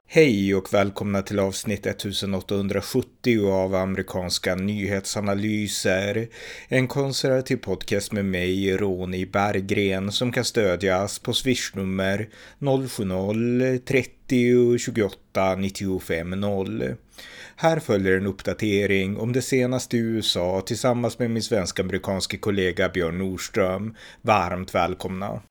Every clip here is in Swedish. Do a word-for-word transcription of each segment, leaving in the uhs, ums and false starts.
Hej och välkomna till avsnitt ettusενåttahundrasjuttio av amerikanska nyhetsanalyser. En konservativ podcast med mig, Ronny Berggren, som kan stödjas på swishnummer noll sju noll trettio tjugoåtta nittiofem noll. Här följer en uppdatering om det senaste i U S A tillsammans med min svensk-amerikanske kollega Björn Nordström. Varmt välkomna.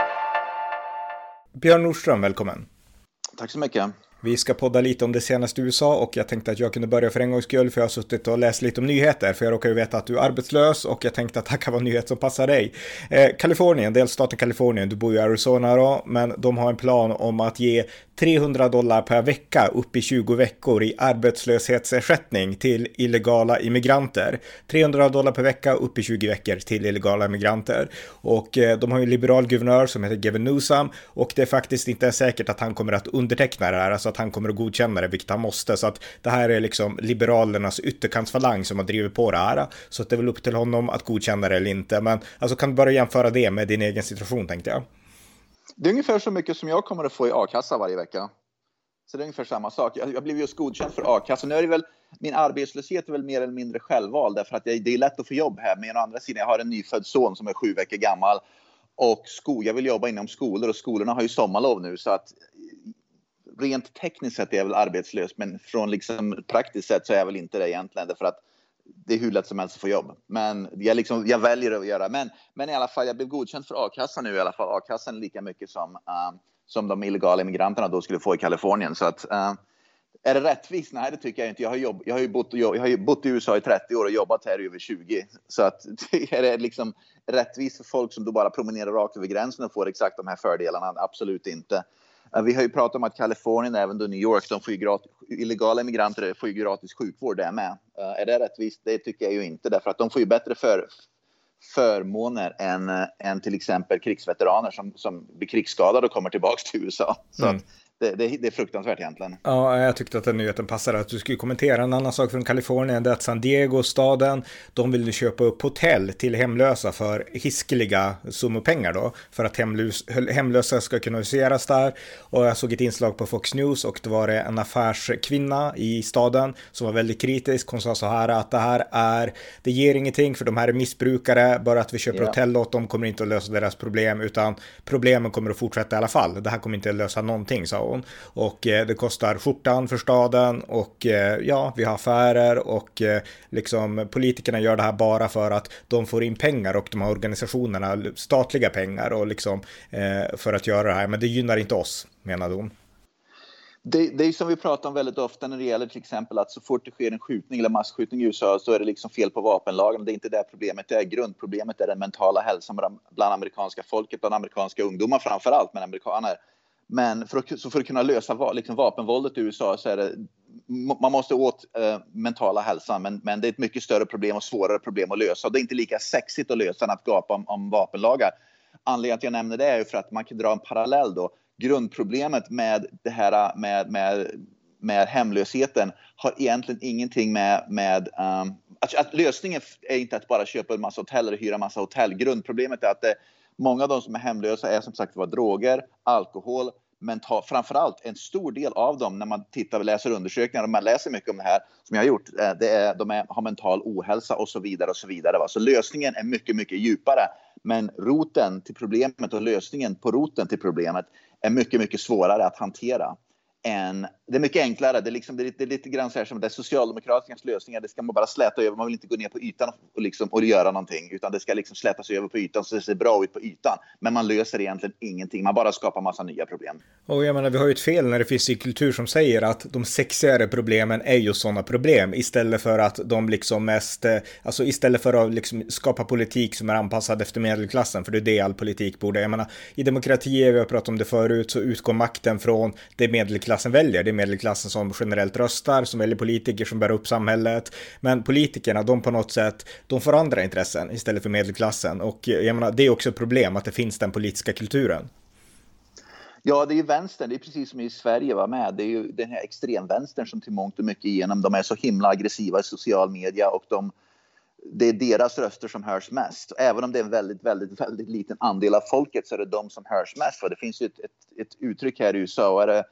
Björn Nordström, välkommen. Tack så mycket. Vi ska podda lite om det senaste i U S A och jag tänkte att jag kunde börja för en gångs skull, för jag har suttit och läst lite om nyheter, för jag råkar ju veta att du är arbetslös och jag tänkte att det kan vara nyhet som passar dig. Eh, Kalifornien, delstaten Kalifornien, du bor i Arizona då, men de har en plan om att ge trehundra dollar per vecka upp i tjugo veckor i arbetslöshetsersättning till illegala immigranter. trehundra dollar per vecka upp i tjugo veckor till illegala immigranter. Och eh, de har ju en liberal guvernör som heter Gavin Newsom, och det är faktiskt inte säkert att han kommer att underteckna det här, alltså att han kommer att godkänna det, vilket han måste. Så att det här är liksom liberalernas ytterkantsfalang som har drivit på det här. Så att det är väl upp till honom att godkänna det eller inte. Men alltså, kan du bara jämföra det med din egen situation, tänkte jag. Det är ungefär så mycket som jag kommer att få i a-kassa varje vecka. Så det är ungefär samma sak. Jag, jag blev just godkänd för a-kassa. Nu är det väl, min arbetslöshet är väl mer eller mindre självvald. Därför att det, det är lätt att få jobb här. Men å andra sidan, jag har en nyfödd son som är sju veckor gammal. Och sko, jag vill jobba inom skolor. Och skolorna har ju sommarlov nu. Så att rent tekniskt sett är jag väl arbetslös. Men från liksom praktiskt sätt så är jag väl inte det egentligen. Därför att det är hur lätt som helst att få jobb. Men jag, liksom, jag väljer att göra. Men, men i alla fall, jag blev godkänd för a-kassan nu i alla fall. A-kassan är lika mycket som, uh, som de illegala immigranterna då skulle få i Kalifornien. Så att, uh, är det rättvist? Nej, det tycker jag inte. Jag har, jobb, jag har ju bott, jag har ju bott i U S A i trettio år och jobbat här i över tjugo. Så att är det liksom rättvist för folk som då bara promenerar rakt över gränsen och får exakt de här fördelarna? Absolut inte. Vi har ju pratat om att Kalifornien, även då New York, de får ju gratis, illegala immigranter får ju gratis sjukvård där med. Uh, är det rättvist? Det tycker jag ju inte. Därför att de får ju bättre för, förmåner än, än till exempel krigsveteraner som, som blir krigsskadade och kommer tillbaka till U S A. Så Mm. att det, det, det är fruktansvärt egentligen. Ja, jag tyckte att den nyheten passade att du skulle kommentera. En annan sak från Kalifornien är att San Diego, staden, de vill köpa upp hotell till hemlösa för hiskeliga summor pengar då, för att hemlös, hemlösa ska kunna huseras där. Och jag såg ett inslag på Fox News och det var en affärskvinna i staden som var väldigt kritisk. Hon sa så här att det här är, det ger ingenting för de här är missbrukare, bara att vi köper Ja. hotell åt dem kommer inte att lösa deras problem, utan problemen kommer att fortsätta i alla fall. Det här kommer inte att lösa någonting, sa hon. Och eh, det kostar skjortan för staden och eh, ja, vi har affärer och eh, liksom politikerna gör det här bara för att de får in pengar och de här organisationerna statliga pengar och liksom eh, för att göra det här, men det gynnar inte oss, menade hon. Det, det är som vi pratar om väldigt ofta när det gäller till exempel att så fort det sker en skjutning eller masskjutning i U S A så är det liksom fel på vapenlagen. Det är inte det problemet, det är grundproblemet, är den mentala hälsan bland amerikanska folket, bland amerikanska ungdomar framförallt, men amerikaner. Men för att, så för att kunna lösa liksom vapenvåldet i U S A så är det, man måste åt eh, mentala hälsan, men, men det är ett mycket större problem och svårare problem att lösa. Och det är inte lika sexigt att lösa än att gapa om, om vapenlagar. Anledningen att jag nämner det är ju för att man kan dra en parallell då. Grundproblemet med det här med, med, med hemlösheten har egentligen ingenting med, med um, att, att lösningen är inte att bara köpa en massa hotell eller hyra en massa hotell. Grundproblemet är att det, många av de som är hemlösa är som sagt var droger, alkohol, men ta, framförallt en stor del av dem när man tittar och läser undersökningar och man läser mycket om det här som jag har gjort, det är, de är, har mental ohälsa och så vidare och så vidare. Va? Så lösningen är mycket, mycket djupare, men roten till problemet och lösningen på roten till problemet är mycket, mycket svårare att hantera. En, det är mycket enklare. Det är, liksom, det är, lite, det är lite grann så här som det är socialdemokraternas lösningar. Det ska man bara släta över. Man vill inte gå ner på ytan och, liksom, och göra någonting. Utan det ska liksom slätas över på ytan så det ser bra ut på ytan. Men man löser egentligen ingenting. Man bara skapar massa nya problem. Och jag menar, vi har ju ett fel när det finns i kultur som säger att de sexigare problemen är ju sådana problem. Istället för att de liksom mest, alltså istället för att liksom skapa politik som är anpassad efter medelklassen. För det är det all politik borde. Jag menar, i demokratier, vi har pratat om det förut, så utgår makten från det medelklassen väljer. Det är medelklassen som generellt röstar, som väljer politiker som bär upp samhället. Men politikerna, de på något sätt, de får andra intressen istället för medelklassen. Och jag menar, det är också ett problem att det finns den politiska kulturen. Ja, det är ju vänstern. Det är precis som i Sverige var med. Det är ju den här extremvänstern som till mångt och mycket igenom. De är så himla aggressiva i social media och de, det är deras röster som hörs mest. Även om det är en väldigt, väldigt, väldigt liten andel av folket så är det de som hörs mest. För det finns ju ett, ett, ett uttryck här i U S A. Är det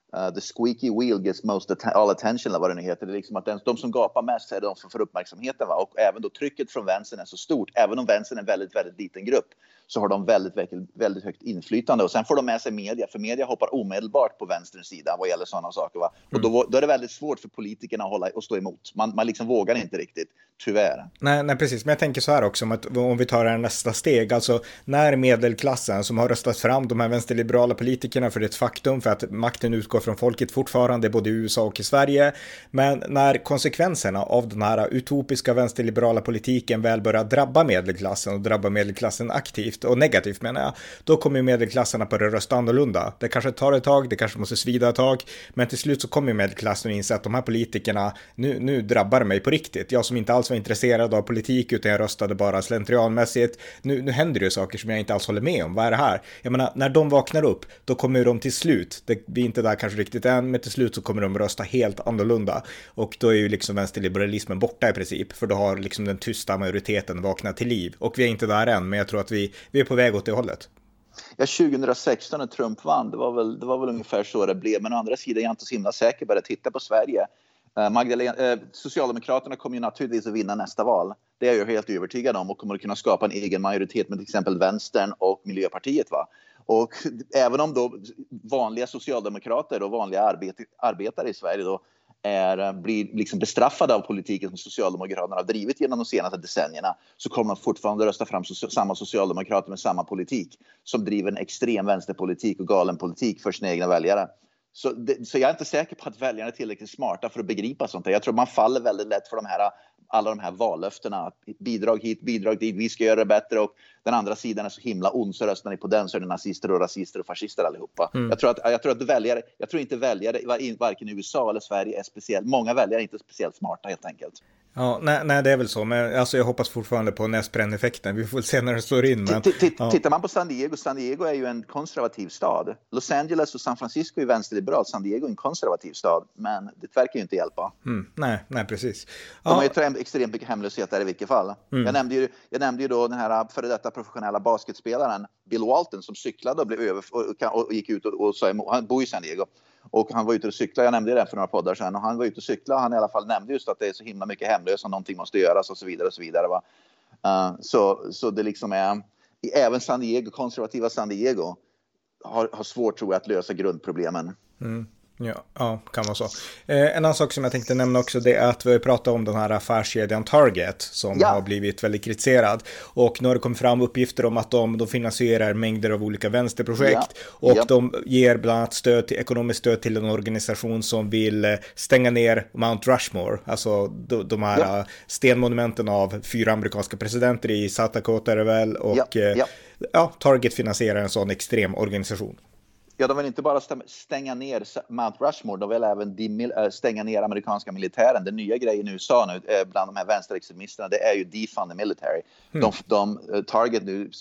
Uh, the squeaky wheel gets most att- all attention, eller vad det nu heter. Det är liksom att den, de som gapar mest är de som får uppmärksamheten. Va? Och även då trycket från vänstern är så stort, även om vänstern är en väldigt, väldigt liten grupp, så har de väldigt, väldigt, väldigt högt inflytande. Och sen får de med sig media, för media hoppar omedelbart på vänsterns sida vad gäller sådana saker. Va? Och då, då är det väldigt svårt för politikerna att hålla och stå emot. Man, man liksom vågar inte riktigt, tyvärr. Nej, nej, precis. Men jag tänker så här också, om, att, om vi tar det nästa steg, alltså när medelklassen som har röstat fram de här vänsterliberala politikerna, för det är ett faktum, för att makten utgår från folket fortfarande, både i U S A och i Sverige, men när konsekvenserna av den här utopiska vänsterliberala politiken väl börjar drabba medelklassen och drabba medelklassen aktivt och negativt menar jag, då kommer medelklasserna på det rösta annorlunda. Det kanske tar ett tag, det kanske måste svida ett tag, men till slut så kommer medelklassen att inse att de här politikerna, nu, nu drabbar det mig på riktigt. Jag som inte alls var intresserad av politik utan jag röstade bara slentrianmässigt, nu, nu händer det ju saker som jag inte alls håller med om. Vad är det här? Jag menar, när de vaknar upp, då kommer de till slut, det, vi är inte där kanske riktigt än, men till slut så kommer de rösta helt annorlunda. Och då är ju liksom vänsterliberalismen borta i princip, för då har liksom den tysta majoriteten vaknat till liv. Och vi är inte där än, men jag tror att vi, vi är på väg åt det hållet. Ja, tjugohundrasexton när Trump vann, det var väl, det var väl ungefär så det blev. Men å andra sidan är jag inte så himla säker på att titta på Sverige. Uh, Magdalena, uh, Socialdemokraterna kommer ju naturligtvis att vinna nästa val. Det är jag helt övertygad om, och kommer att kunna skapa en egen majoritet med till exempel Vänstern och Miljöpartiet. Va? Och även om då vanliga socialdemokrater och vanliga arbet- arbetare i Sverige då är, blir liksom bestraffade av politiken som Socialdemokraterna har drivit genom de senaste decennierna, så kommer man fortfarande rösta fram so- samma socialdemokrater med samma politik som driver en extrem vänsterpolitik och galen politik för sina egna väljare. Så, det, så jag är inte säker på att väljarna är tillräckligt smarta för att begripa sånt här. Jag tror man faller väldigt lätt för de här, alla de här vallöftena. Bidrag hit, bidrag dit, vi ska göra det bättre, och den andra sidan är så himla ond, så röstar ni på den så är det nazister och rasister och fascister allihopa. Mm. Jag, tror att, jag tror att väljare, jag tror inte väljare, varken i U S A eller Sverige är speciellt, många väljare är inte speciellt smarta helt enkelt. Ja, nej, nej, det är väl så, men alltså jag hoppas fortfarande på näsbränneffekten. Vi får väl se när det slår in. Men, ja. Tittar man på San Diego, San Diego är ju en konservativ stad. Los Angeles och San Francisco är vänsterliberalt, San Diego är en konservativ stad, men det verkar ju inte hjälpa. Mm, nej, nej, precis. Ja. De har ju extremt mycket hemlöshet där i vilket fall. Mm. Jag, nämnde ju, jag nämnde ju då den här före detta professionella basketspelaren Bill Walton som cyklade och blev över och, och gick ut och, och sa emot. Han bor i San Diego. Och han var ute och cykla, jag nämnde det för några poddar sedan, och han var ute och cykla och han i alla fall nämnde just att det är så himla mycket hemlösa och någonting måste göras och så vidare och så vidare. Va? Uh, så, så det liksom är, även San Diego, konservativa San Diego har, har svårt tror jag att lösa grundproblemen. Mm. Ja, ja, kan vara så. Eh, en annan sak som jag tänkte nämna också, det är att vi har pratat om den här affärskedjan Target som ja. har blivit väldigt kritiserad. Och nu har det kommit fram uppgifter om att de, de finansierar mängder av olika vänsterprojekt. Ja. Och ja. de ger bland annat stöd till, ekonomiskt stöd till en organisation som vill stänga ner Mount Rushmore. Alltså de, de här ja. stenmonumenten av fyra amerikanska presidenter i South Dakota är det väl. Och ja. Ja. ja, Target finansierar en sån extrem organisation. Ja, de vill inte bara stänga ner Mount Rushmore, de vill även stänga ner amerikanska militären. Den nya grejen i U S A nu bland de här vänsterextremisterna, det är ju defund the military. Mm. De, de Target nu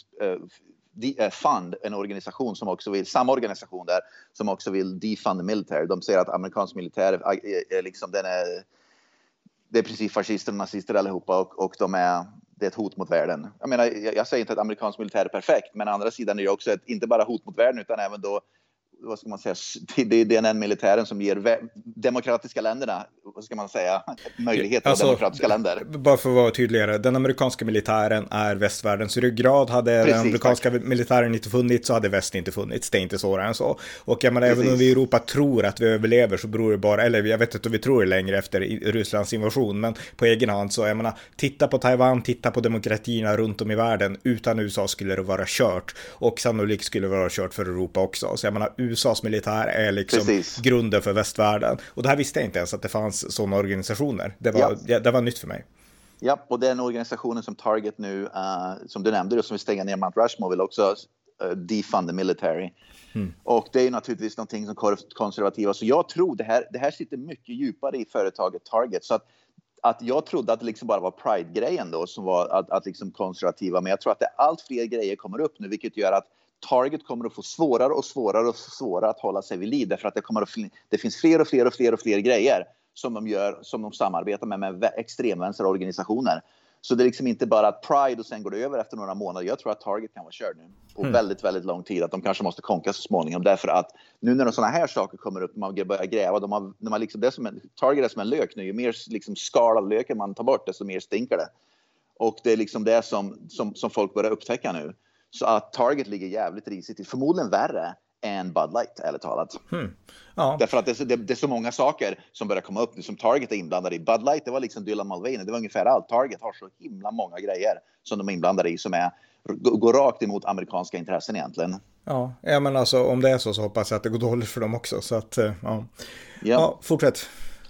uh, fund en organisation som också vill, samma organisation där, som också vill defund the military. De säger att amerikansk militär är, är liksom, den är, det är precis fascister och nazister allihopa, och, och de är, det är ett hot mot världen. Jag menar, jag, jag säger inte att amerikansk militär är perfekt, men å andra sidan är det också ett, inte bara hot mot världen utan även då, vad ska man säga, det är den militären som ger demokratiska länderna, vad ska man säga, möjlighet till alltså, demokratiska länder. Bara för att vara tydligare, den amerikanska militären är västvärldens ryggrad. Hade Precis, den amerikanska tack. militären inte funnits så hade väst inte funnits. Det är inte svårare än så. Och jag menar, även om vi i Europa tror att vi överlever så beror det bara, eller jag vet inte om vi tror det längre efter Rysslands invasion, men på egen hand så, jag menar, titta på Taiwan, titta på demokratierna runt om i världen. Utan U S A skulle det vara kört. Och sannolikt skulle det vara kört för Europa också. Så jag menar, U S A:s militär är liksom Precis. grunden för västvärlden. Och det här visste jag inte ens att det fanns sådana organisationer. Det var, ja. det var nytt för mig. Ja, och den organisationen som Target nu, uh, som du nämnde, som vill stänga ner Mount Rushmore, vill också uh, defund the military. Mm. Och det är naturligtvis någonting som konservativa. Så jag tror det här, det här sitter mycket djupare i företaget Target. Så att, att jag trodde att det liksom bara var Pride-grejen då som var att, att liksom konservativa. Men jag tror att det allt fler grejer kommer upp nu, vilket gör att Target kommer att få svårare och svårare och svårare att hålla sig vid liv, därför att det kommer att det finns fler och fler och fler och fler grejer som de gör, som de samarbetar med med extremvänsterorganisationer. Så det är liksom inte bara att Pride och sen går det över efter några månader. Jag tror att Target kan vara körd nu på mm. väldigt, väldigt lång tid. Att de kanske måste konka så småningom. Därför att nu när sådana här saker kommer upp, man börjar gräva. De har, när man liksom, det är som en, Target är som en lök nu. Ju mer liksom skal av löken man tar bort, desto mer stinker det. Och det är liksom det som, som, som folk börjar upptäcka nu. Så att Target ligger jävligt risigt till. Förmodligen värre än Bud Light, ärligt talat. Mm. Ja. Därför att det är, det, det är så många saker som börjar komma upp nu som Target är inblandade i. Bud Light, det var liksom Dylan Mulvaney. Det var ungefär allt. Target har så himla många grejer som de är inblandade i som är, går rakt emot amerikanska intressen egentligen. Ja, ja men alltså om det är så så hoppas jag att det går dåligt för dem också. Så att, ja. Ja. Ja, fortsätt.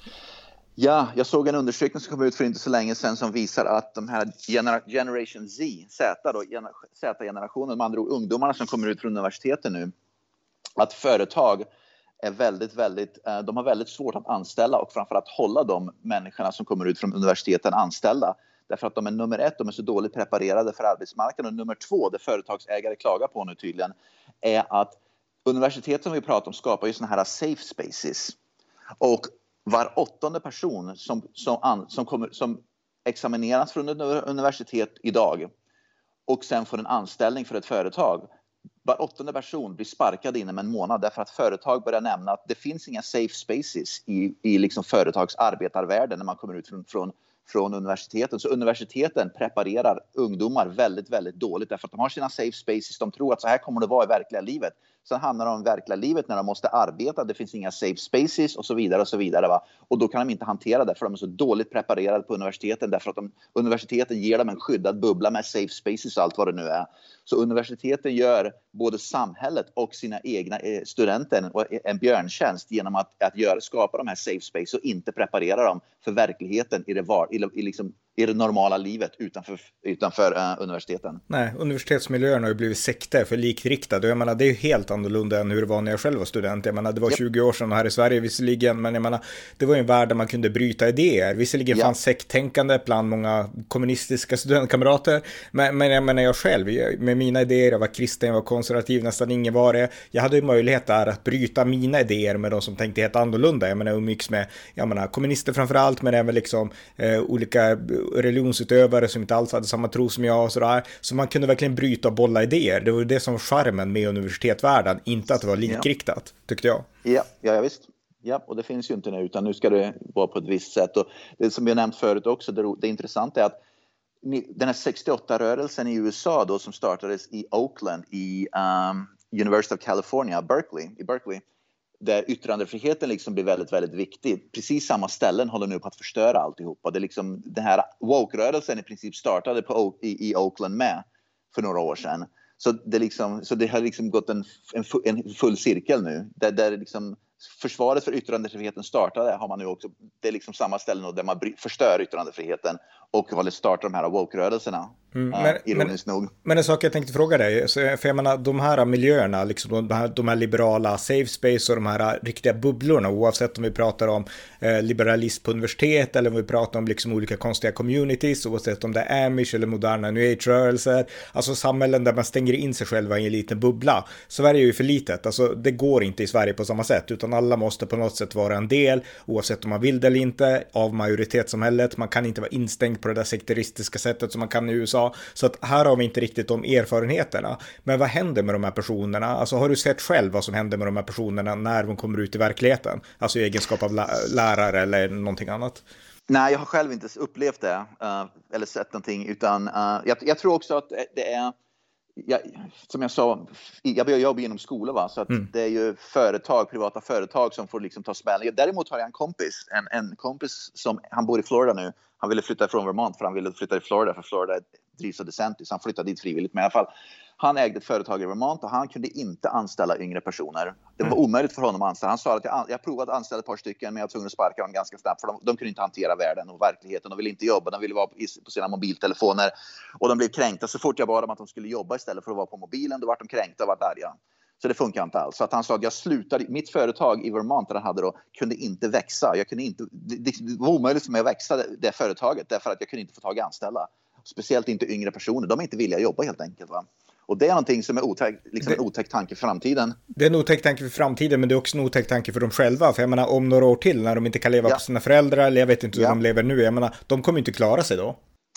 Ja, jag såg en undersökning som kom ut för inte så länge sedan som visar att de här gener- Generation Z, Z då, gener- Z-generationen, de andra ungdomarna som kommer ut från universiteten nu, att företag är väldigt, väldigt, de har väldigt svårt att anställa och framförallt hålla de människorna som kommer ut från universiteten anställda. Därför att de är nummer ett, de är så dåligt preparerade för arbetsmarknaden. Och nummer två, det företagsägare klagar på nu tydligen, är att universitet som vi pratar om skapar ju såna här safe spaces. Och var åttonde person som, som, som, kommer, som examineras från ett universitet idag och sen får en anställning för ett företag, var åttonde person blir sparkad inom en månad därför att företag börjar nämna att det finns inga safe spaces i, i liksom företagsarbetarvärlden när man kommer ut från, från, från universiteten. Så universiteten preparerar ungdomar väldigt, väldigt dåligt därför att de har sina safe spaces. De tror att så här kommer det vara i verkliga livet. Sen hamnar de i verkliga livet när de måste arbeta. Det finns inga safe spaces och så vidare och så vidare. Va? Och då kan de inte hantera det för de är så dåligt preparerade på universiteten därför att de, universiteten ger dem en skyddad bubbla med safe spaces och allt vad det nu är. Så universiteten gör både samhället och sina egna studenter en björntjänst genom att, att göra, skapa de här safe spaces och inte preparera dem för verkligheten i det, var, i, i, liksom, i det normala livet utanför, utanför uh, universiteten. Nej, universitetsmiljön har ju blivit sekter för likriktade. Jag menar, det är ju helt annorlunda än hur det var när jag själv var student. Jag menar, det var yep. tjugo år sedan här i Sverige visserligen, men jag menar, det var ju en värld där man kunde bryta idéer. Visserligen yep. fanns sekttänkande bland många kommunistiska studentkamrater, men, men jag menar jag själv, jag, med mina idéer, jag var kristen, jag var konservativ, nästan ingen var det. Jag hade ju möjlighet där att bryta mina idéer med de som tänkte helt annorlunda. Jag menar, umgicks med, jag menar, kommunister framförallt, men även liksom eh, olika religionsutövare som inte alls hade samma tro som jag och sådär. Så man kunde verkligen bryta och bolla idéer. Det var det som var charmen med universitetvärlden, inte att det var likriktat, ja. tyckte jag. Ja, ja, ja visst. Ja, och det finns ju inte nu, utan nu ska det vara på ett visst sätt. Och det som jag nämnt förut också, det, det intressanta är att den här sextioåtta-rörelsen i U S A då, som startades i Oakland i um, University of California, Berkeley, i Berkeley, där yttrandefriheten liksom blir väldigt, väldigt viktig. Precis samma ställen håller nu på att förstöra alltihopa. Det är liksom, den här woke-rörelsen i princip startade på, i, i Oakland med för några år sedan. Så det, liksom, så det har liksom gått en, en, en full cirkel nu. Där, där liksom försvaret för yttrandefriheten startade har man nu också, det är liksom samma ställe där man förstör yttrandefriheten och håller starta de här woke-rörelserna. Mm, men, uh, ironiskt men, nog. Men en sak jag tänkte fråga dig, för jag menar de här miljöerna, liksom de här, de här liberala safe space och de här riktiga bubblorna, oavsett om vi pratar om eh, liberalism på universitet eller om vi pratar om liksom olika konstiga communities, oavsett om det är Amish eller moderna New Age-rörelser, alltså samhällen där man stänger in sig själva i en liten bubbla. Sverige är ju för litet, alltså det går inte i Sverige på samma sätt, utan alla måste på något sätt vara en del, oavsett om man vill det eller inte, av majoritetssamhället. Man kan inte vara instängd på det där sekteristiska sättet som man kan i U S A. Så att här har vi inte riktigt de erfarenheterna. Men vad händer med de här personerna? Alltså har du sett själv vad som händer med de här personerna när de kommer ut i verkligheten? Alltså i egenskap av lä- lärare eller någonting annat? Nej, jag har själv inte upplevt det uh, eller sett någonting, utan uh, jag, jag tror också att det är Jag, som jag sa, jag jobbar inom skolor, va? Så att mm. det är ju företag, privata företag som får liksom ta smällen. Däremot har jag en kompis, en, en kompis som, han bor i Florida nu. Han ville flytta från Vermont för han ville flytta till Florida, för Florida drivs av DeSantis. Han flyttade dit frivilligt, men i alla fall. Han ägde ett företag i Vermont och han kunde inte anställa yngre personer. Det var mm. omöjligt för honom att anställa. Han sa att jag, jag provat att anställa ett par stycken, men jag var tvungen att sparka dem ganska snabbt. För de, de kunde inte hantera världen och verkligheten. De ville inte jobba, de ville vara på sina mobiltelefoner. Och de blev kränkta så fort jag bad dem att de skulle jobba istället för att vara på mobilen. Då var de kränkta och var arga. Så det funkar inte alls. Så att han sa att jag slutade, mitt företag i Vermont där han hade då, kunde inte växa. Jag kunde inte, det, det var omöjligt för mig att växa det, det företaget därför att jag kunde inte få tag i anställda. Speciellt inte yngre personer. De är inte villiga jobba helt enkelt, va? Och det är någonting som är otäck, liksom en otäck tanke för framtiden. Det är en otäck tanke för framtiden, men det är också en otäck tanke för dem själva. För jag menar, om några år till när de inte kan leva ja. på sina föräldrar, eller jag vet inte hur ja. de lever nu, jag menar, de kommer inte klara sig då.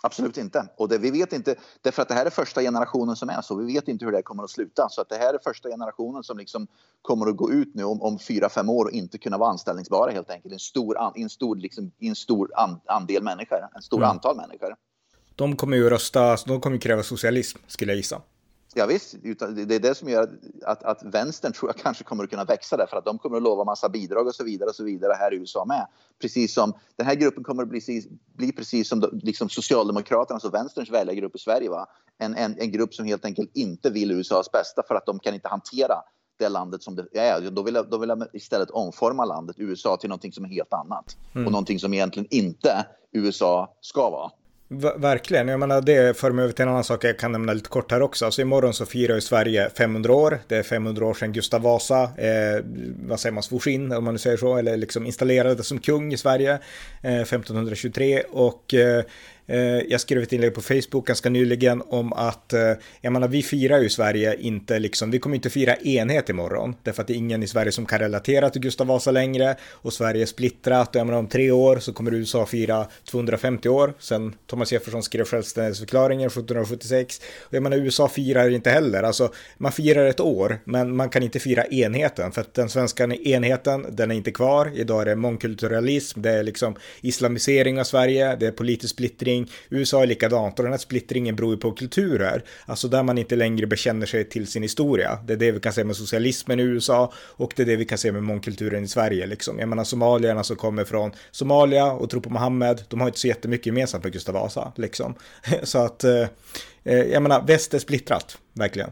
Absolut inte. Och det, vi vet inte, därför att det här är första generationen som är så. Vi vet inte hur det kommer att sluta. Så att det här är första generationen som liksom kommer att gå ut nu om, om fyra, fem år och inte kunna vara anställningsbara helt enkelt. En stor, an, en stor, liksom, en stor an, andel människor, en stor mm. antal människor. De kommer ju rösta, de kommer ju kräva socialism, skulle jag gissa. Ja visst, det är det som gör att, att vänstern tror jag kanske kommer att kunna växa där, för att de kommer att lova massa bidrag och så vidare och så vidare här i U S A med. Precis som den här gruppen kommer att bli, bli precis som liksom Socialdemokraternas och vänsterns väljargrupp i Sverige, va? En, en, en grupp som helt enkelt inte vill U S As bästa för att de kan inte hantera det landet som det är. Då vill, då vill de istället omforma landet U S A till någonting som är helt annat. Mm. Och någonting som egentligen inte U S A ska vara. Verkligen, jag menar det för mig över till en annan sak jag kan nämna lite kort här också. Alltså imorgon så firar ju Sverige femhundra år. Det är femhundra år sedan Gustav Vasa, eh, vad säger man, svors in om man nu säger så, eller liksom installerades som kung i Sverige eh, femton tjugotre. Och eh, jag skrev ett inlägg på Facebook ganska nyligen om att jag menar, vi firar ju Sverige inte liksom, vi kommer inte fira enhet imorgon därför att det är ingen i Sverige som kan relatera till Gustav Vasa längre och Sverige är splittrat och jag menar, om tre år så kommer U S A fira tvåhundrafemtio år sen Thomas Jefferson skrev självständighetsförklaringen sjuttonhundrasjuttiosex och jag menar U S A firar inte heller, alltså man firar ett år men man kan inte fira enheten för att den svenska enheten den är inte kvar, idag är det mångkulturalism, det är liksom islamisering av Sverige, det är politisk splittring. U S A är likadant och den här splittringen beror ju på kulturer. Alltså där man inte längre bekänner sig till sin historia. Det är det vi kan se med socialismen i U S A och det är det vi kan se med mångkulturen i Sverige. Liksom. Jag menar somalierna som kommer från Somalia och tror på Mohammed, de har inte så jättemycket gemensamt med Gustav Vasa. Liksom. Så att, eh, jag menar, väst är splittrat, verkligen.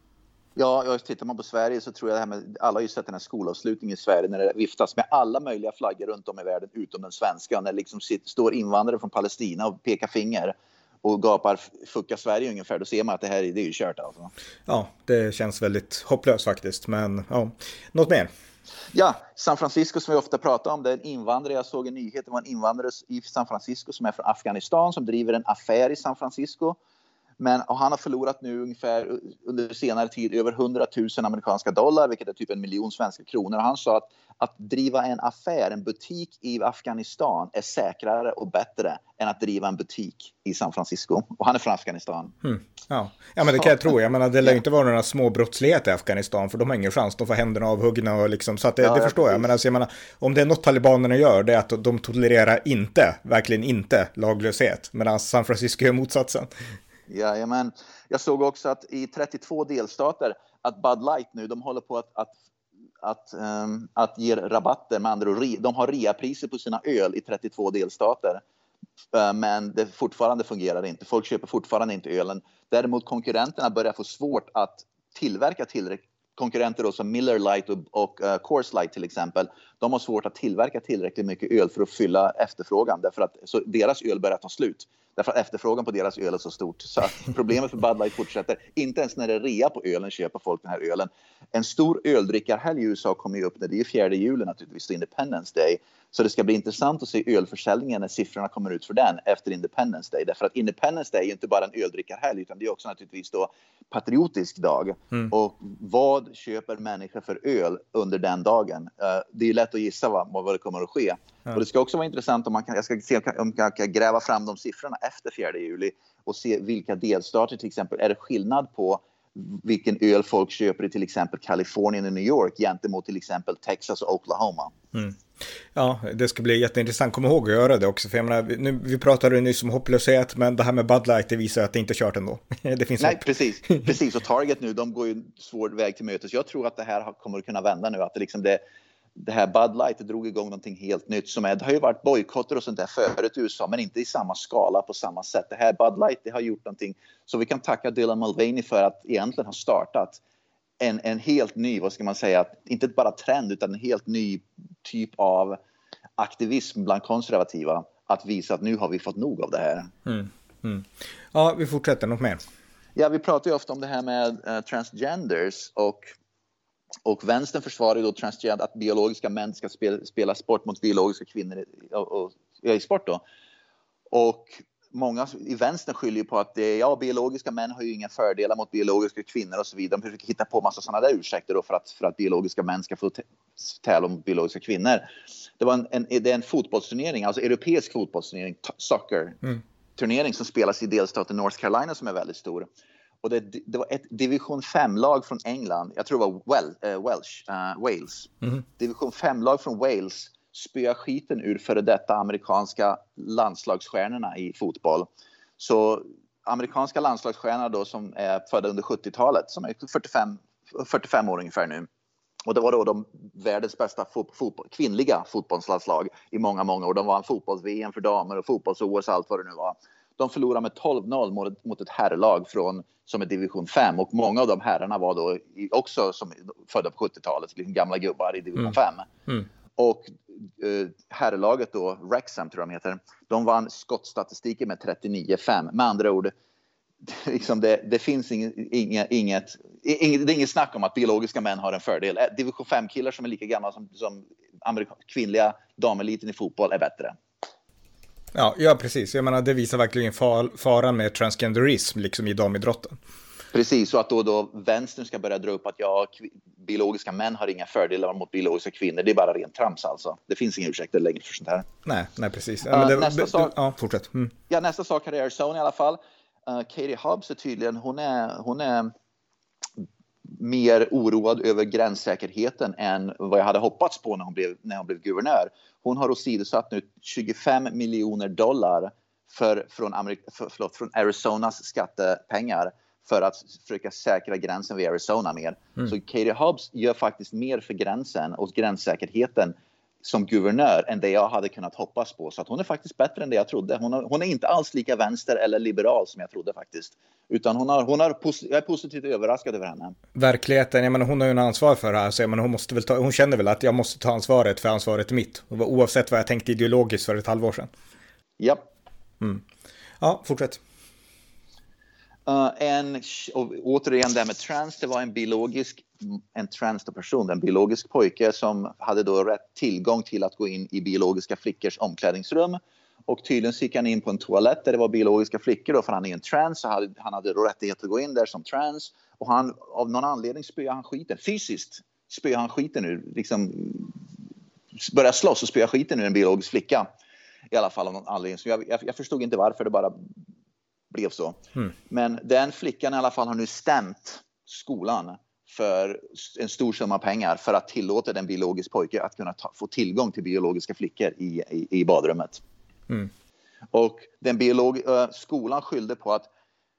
Ja, jag tittar man på Sverige så tror jag det här med, alla har ju sett den här skolavslutningen i Sverige när det viftas med alla möjliga flaggor runt om i världen utom den svenska. När det liksom sitter, står invandrare från Palestina och pekar finger och gapar fucka Sverige ungefär, då ser man att det här det är ju kört alltså. Ja, det känns väldigt hopplöst faktiskt, men ja, något mer? Ja, San Francisco som vi ofta pratar om, det är en invandrare, jag såg en nyhet, det var en invandrare i San Francisco som är från Afghanistan som driver en affär i San Francisco. Men och han har förlorat nu ungefär under senare tid över hundratusen amerikanska dollar, vilket är typ en miljon svenska kronor. Och han sa att att driva en affär, en butik i Afghanistan är säkrare och bättre än att driva en butik i San Francisco. Och han är från Afghanistan. Mm. Ja. ja, men det kan jag tro. Jag menar, det lär ju inte vara några små brottsligheter i Afghanistan, för de har ingen chans. De får händerna avhuggna och liksom, så att det, ja, det förstår jag. Men alltså, jag menar, om det är något talibanerna gör, det är att de tolererar inte, verkligen inte, laglöshet. Medan San Francisco är motsatsen. Ja, men jag såg också att i trettiotvå delstater att Bud Light nu, de håller på att, att, att, um, att ge rabatter, med andra ord, de har reapriser på sina öl i trettiotvå delstater. Uh, men det fortfarande fungerar inte. Folk köper fortfarande inte ölen. Däremot konkurrenterna börjar få svårt att tillverka tillräckligt. Konkurrenter då som Miller Lite och, och uh, Coors Light till exempel, de har svårt att tillverka tillräckligt mycket öl för att fylla efterfrågan. Därför att så deras öl börjar ta slut. Därför att efterfrågan på deras öl är så stort. Så att problemet för Bud Light fortsätter. Inte ens när det är rea på ölen köper folk den här ölen. En stor öldrickarhelg i U S A kommer ju upp när det är fjärde juli naturligtvis, Independence Day. Så det ska bli intressant att se ölförsäljningen när siffrorna kommer ut för den efter Independence Day. Därför att Independence Day är ju inte bara en öldrickarhelg utan det är också naturligtvis då patriotisk dag. Mm. Och vad köper människor för öl under den dagen? Uh, det är ju lätt att gissa vad, vad det kommer att ske. Mm. Och det ska också vara intressant om man kan, jag ska se om jag kan gräva fram de siffrorna efter fjärde juli och se vilka delstater till exempel är det skillnad på vilken öl folk köper i till exempel Kalifornien och New York gentemot till exempel Texas och Oklahoma. Mm. Ja, det ska bli jätteintressant. Kom ihåg att göra det också. För jag menar, nu, vi pratade nyss om hopplöshet, men det här med Bud Light, det visar att det inte är kört ändå. Det finns Nej, hopp. precis. Precis. Och Target nu, de går ju en svår väg till mötes. Jag tror att det här kommer att kunna vända nu. Att det, liksom det, det här Bud Light det drog igång någonting helt nytt. Som är, det har ju varit bojkotter och sånt där förut i U S A, men inte i samma skala på samma sätt. Det här Bud Light, det har gjort någonting. Så vi kan tacka Dylan Mulvaney för att egentligen ha startat en, en helt ny, vad ska man säga, inte bara trend utan en helt ny typ av aktivism bland konservativa, att visa att nu har vi fått nog av det här. Mm, mm. Ja, vi fortsätter något mer. Ja, vi pratar ju ofta om det här med uh, transgenders och, och vänstern försvarar ju då transgender, att biologiska män ska spela, spela sport mot biologiska kvinnor i, och, och, i sport då. Och många i vänstern skyller ju på att det, ja, biologiska män har ju inga fördelar mot biologiska kvinnor och så vidare. De försöker hitta på massa sådana där ursäkter då för att, för att biologiska män ska få tävla mot biologiska kvinnor. Det var en, en, det är en fotbollsturnering, alltså europeisk fotbollsturnering, t- soccer. Mm. turnering som spelas i delstaten North Carolina som är väldigt stor. Och det, det var ett division fem-lag från England, jag tror det var well, uh, Welsh, uh, Wales. Mm. Division fem-lag från Wales spöar skiten ur före detta amerikanska landslagsstjärnorna i fotboll. Så amerikanska landslagsstjärnor då som är födda under sjuttiotalet, som är fyrtiofem, fyrtiofem år ungefär nu. Och det var då de världens bästa fot- fotboll, kvinnliga fotbollslandslag i många, många år. De var en fotbolls-V M för damer och fotbolls-O S, allt vad det nu var. De förlorade med tolv noll mot, mot ett herrlag från, som är division fem. Och många av de herrarna var då i, också som, födda på sjuttiotalet, liksom gamla gubbar i division mm. fem. Mm. Och eh, herrlaget då, Wrexham tror jag de heter, de vann skottstatistiken med trettionio fem. Med andra ord, liksom det, det finns inget, inget, inget, inget, det är inget snack om att biologiska män har en fördel. Division fem-killar som är lika gamla som, som amerika, kvinnliga dameliten i fotboll är bättre. Ja, ja, precis. Jag menar, det visar verkligen far, faran med transgenderism liksom i damidrotten. Precis, så att då, då vänstern ska börja dra upp att ja, biologiska män har inga fördelar mot biologiska kvinnor. Det är bara rent trams alltså. Det finns ingen ursäkt längre för sånt här. Nej, nej precis. Ja, men det, uh, nästa, be, sak, ja, fortsätt. Mm. Ja, nästa sak här i Arizona i alla fall. Uh, Katie Hobbs är tydligen, hon är, hon är mer oroad över gränssäkerheten än vad jag hade hoppats på när hon blev, när hon blev guvernör. Hon har åsidosatt nu tjugofem miljoner dollar för, från, Amerik- för, förlåt, från Arizonas skattepengar för att försöka säkra gränsen vid Arizona mer. Mm. Så Katie Hobbs gör faktiskt mer för gränsen och gränssäkerheten som guvernör än det jag hade kunnat hoppas på. Så att hon är faktiskt bättre än det jag trodde. Hon, har, hon är inte alls lika vänster eller liberal som jag trodde faktiskt. Utan hon har, hon har pos- jag är positivt överraskad över henne. Verkligheten, jag menar, hon har ju en ansvar för det här. Så jag menar, hon, måste väl ta, hon känner väl att jag måste ta ansvaret för ansvaret är mitt. Oavsett vad jag tänkte ideologiskt för ett halvår sedan. Ja. Mm. Ja, fortsätt. Uh, en, och återigen det här med trans, det var en biologisk en transperson, en biologisk pojke som hade då rätt tillgång till att gå in i biologiska flickors omklädningsrum. Och tydligen gick han in på en toalett där det var biologiska flickor då, för han är en trans, så hade, han hade då rättighet att gå in där som trans. Och han, av någon anledning spöade han skiten, fysiskt spöade han skiten ur, liksom började slåss och spöa skiten ur en biologisk flicka. I alla fall av någon anledning. Så jag, jag, jag förstod inte varför, det bara blev så. Mm. Men den flickan i alla fall har nu stämt skolan för en stor summa pengar för att tillåta den biologiska pojke att kunna ta, få tillgång till biologiska flickor i, i, i badrummet. Mm. Och den biolog, äh, skolan skyllde på att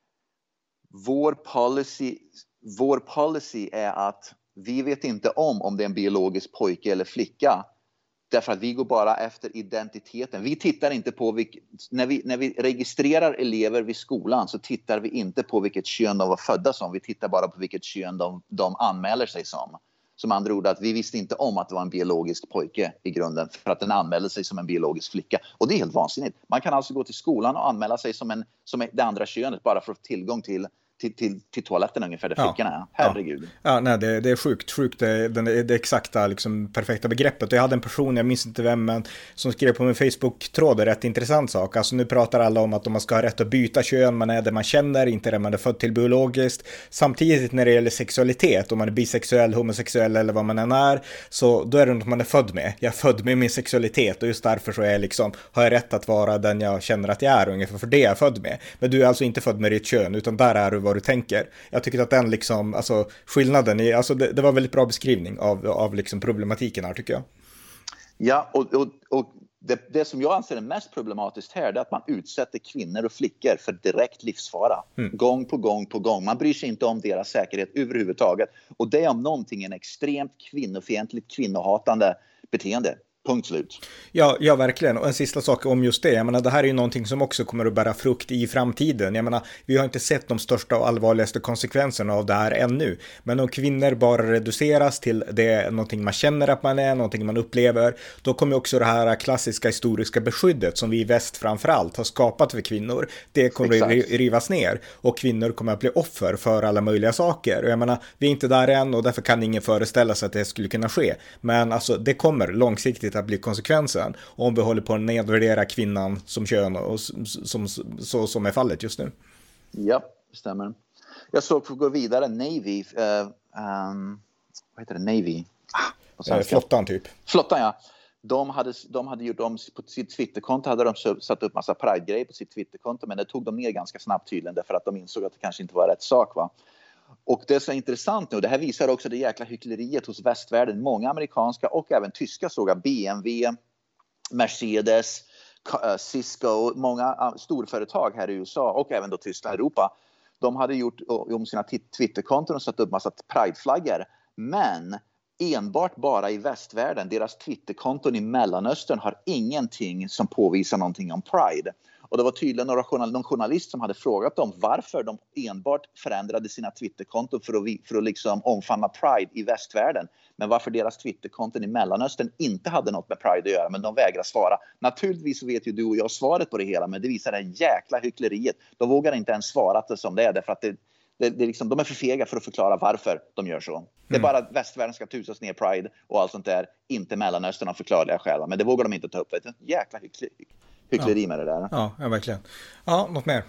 vår policy, vår policy är att vi vet inte om om det är en biologisk pojke eller flicka. Därför att vi går bara efter identiteten. Vi tittar inte på vilk, när, vi, när vi registrerar elever vid skolan så tittar vi inte på vilket kön de var födda som. Vi tittar bara på vilket kön de, de anmäler sig som. Som andra ord att vi visste inte om att det var en biologisk pojke i grunden för att den anmälde sig som en biologisk flicka. Och det är helt vansinnigt. Man kan alltså gå till skolan och anmäla sig som, en, som det andra könet bara för att få tillgång till Till, till, till toaletten ungefär där ja, flickorna är. Herregud. Ja, ja nej, det, det är sjukt. sjukt. Det, det, det exakta liksom, perfekta begreppet. Jag hade en person, jag minns inte vem, men som skrev på min Facebook-tråd en rätt intressant sak. Alltså nu pratar alla om att man ska ha rätt att byta kön, man är det man känner, inte det man är född till biologiskt. Samtidigt när det gäller sexualitet, om man är bisexuell, homosexuell eller vad man än är, så då är det något man är född med. Jag är född med min sexualitet och just därför så är jag liksom, har jag rätt att vara den jag känner att jag är ungefär, för det är jag född med. Men du är alltså inte född med ditt kön, utan där är du vad du tänker. Jag tycker att den liksom, alltså skillnaden i, alltså det, det var väldigt bra beskrivning av, av liksom problematiken här tycker jag. Ja, och, och, och det, det som jag anser är mest problematiskt här är att man utsätter kvinnor och flickor för direkt livsfara. Mm. Gång på gång på gång. Man bryr sig inte om deras säkerhet överhuvudtaget. Och det är om någonting en extremt kvinnofientligt, kvinnohatande beteende. Punkt slut. Ja, ja, verkligen. Och en sista sak om just det. Jag menar, det här är ju någonting som också kommer att bära frukt i framtiden. Jag menar, vi har inte sett de största och allvarligaste konsekvenserna av det här ännu. Men om kvinnor bara reduceras till det någonting man känner att man är, någonting man upplever, då kommer också det här klassiska historiska beskyddet som vi i väst framförallt har skapat för kvinnor, det kommer Exakt. att rivas ner. Och kvinnor kommer att bli offer för alla möjliga saker. Och jag menar, vi är inte där än och därför kan ingen föreställa sig att det skulle kunna ske. Men alltså, det kommer långsiktigt att bli konsekvensen om vi håller på att nedvärdera kvinnan som kön och som, så som är fallet just nu. Ja, det stämmer. Jag såg för att gå vidare Navy, uh, um, vad heter det? Navy? Ah, eh, flottan typ. Flottan, ja. De hade, de hade gjort om på sitt Twitterkonto, hade de satt upp massa Pride-grejer på sitt Twitterkonto, men det tog de ner ganska snabbt tydligen därför att de insåg att det kanske inte var rätt sak, va. Och det är så intressant nu, och det här visar också det jäkla hyckleriet hos västvärlden. Många amerikanska och även tyska såg jag, B M W, Mercedes, Cisco, många storföretag här i U S A och även då Tyskland, Europa. De hade gjort om sina Twitterkonton och satt upp massa Pride-flaggor, men enbart bara i västvärlden. Deras Twitterkonton i Mellanöstern har ingenting som påvisar någonting om Pride. Och det var tydligen några journal- någon journalist som hade frågat dem varför de enbart förändrade sina Twitterkonton för att, för att liksom omfamna Pride i västvärlden. Men varför deras Twitterkonton i Mellanöstern inte hade något med Pride att göra, men de vägrar svara. Naturligtvis vet ju du och jag svaret på det hela, men det visar det jäkla hyckleriet. De vågar inte ens svara att det som det är, därför att det, det, det liksom, de är för fega för att förklara varför de gör så. Mm. Det är bara att västvärlden ska tusas ner Pride och allt sånt där, inte Mellanöstern av förklarliga skäl. Men det vågar de inte ta upp. Det är ett jäkla hyckleri. Hyckleri med det där. Ja, ja, verkligen. Ja, något mer?